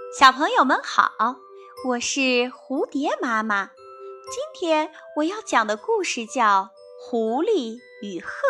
小朋友们好，我是蝴蝶妈妈。今天我要讲的故事叫《狐狸与鹤》。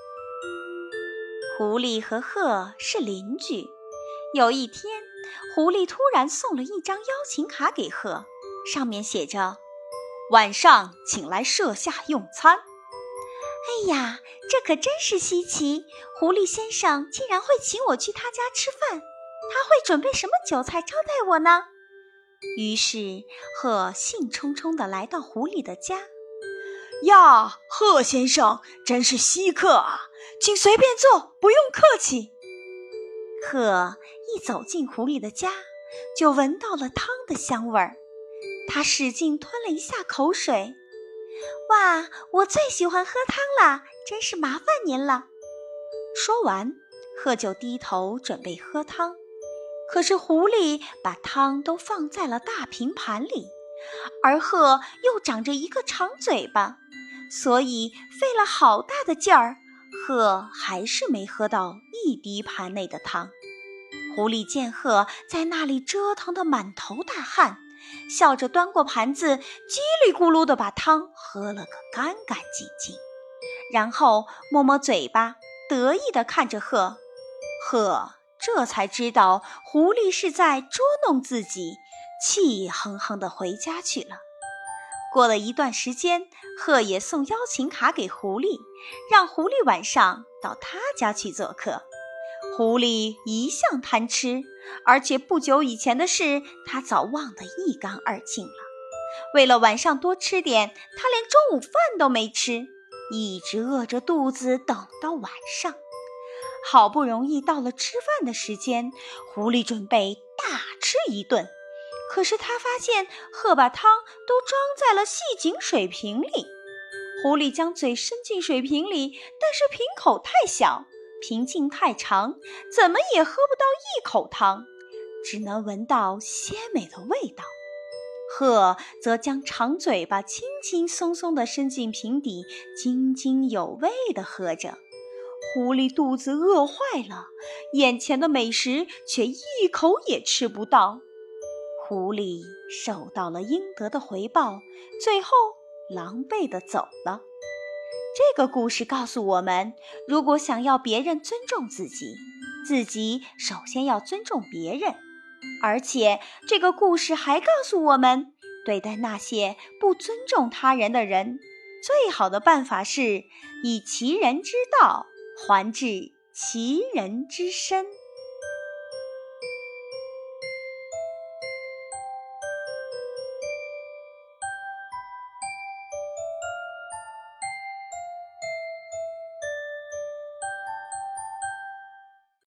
狐狸和鹤是邻居。有一天，狐狸突然送了一张邀请卡给鹤，上面写着：晚上请来舍下用餐。哎呀，这可真是稀奇，狐狸先生竟然会请我去他家吃饭，他会准备什么酒菜招待我呢？于是鹤兴冲冲地来到狐狸的家。 呀，鹤先生真是稀客啊，请随便坐，不用客气。 鹤一走进狐狸的家，就闻到了汤的香味儿，他使劲吞了一下口水。哇，我最喜欢喝汤了，真是麻烦您了。说完，鹤就低头准备喝汤，可是狐狸把汤都放在了大平盘里，而鹤又长着一个长嘴巴，所以费了好大的劲儿，鹤还是没喝到一滴盘内的汤。狐狸见鹤在那里折腾得满头大汗，笑着端过盘子，叽里咕噜地把汤喝了个干干净净，然后摸摸嘴巴，得意地看着鹤。鹤这才知道狐狸是在捉弄自己，气哼哼地回家去了。过了一段时间，鹤也送邀请卡给狐狸，让狐狸晚上到他家去做客。狐狸一向贪吃，而且不久以前的事他早忘得一干二净了。为了晚上多吃点，他连中午饭都没吃，一直饿着肚子等到晚上。好不容易到了吃饭的时间，狐狸准备大吃一顿，可是他发现鹤把汤都装在了细颈水瓶里。狐狸将嘴伸进水瓶里，但是瓶口太小，瓶颈太长，怎么也喝不到一口汤，只能闻到鲜美的味道。鹤则将长嘴巴轻轻松松地伸进瓶底，津津有味地喝着。狐狸肚子饿坏了，眼前的美食却一口也吃不到。狐狸受到了应得的回报，最后狼狈地走了。这个故事告诉我们，如果想要别人尊重自己，自己首先要尊重别人。而且这个故事还告诉我们，对待那些不尊重他人的人，最好的办法是以其人之道还治其人之身。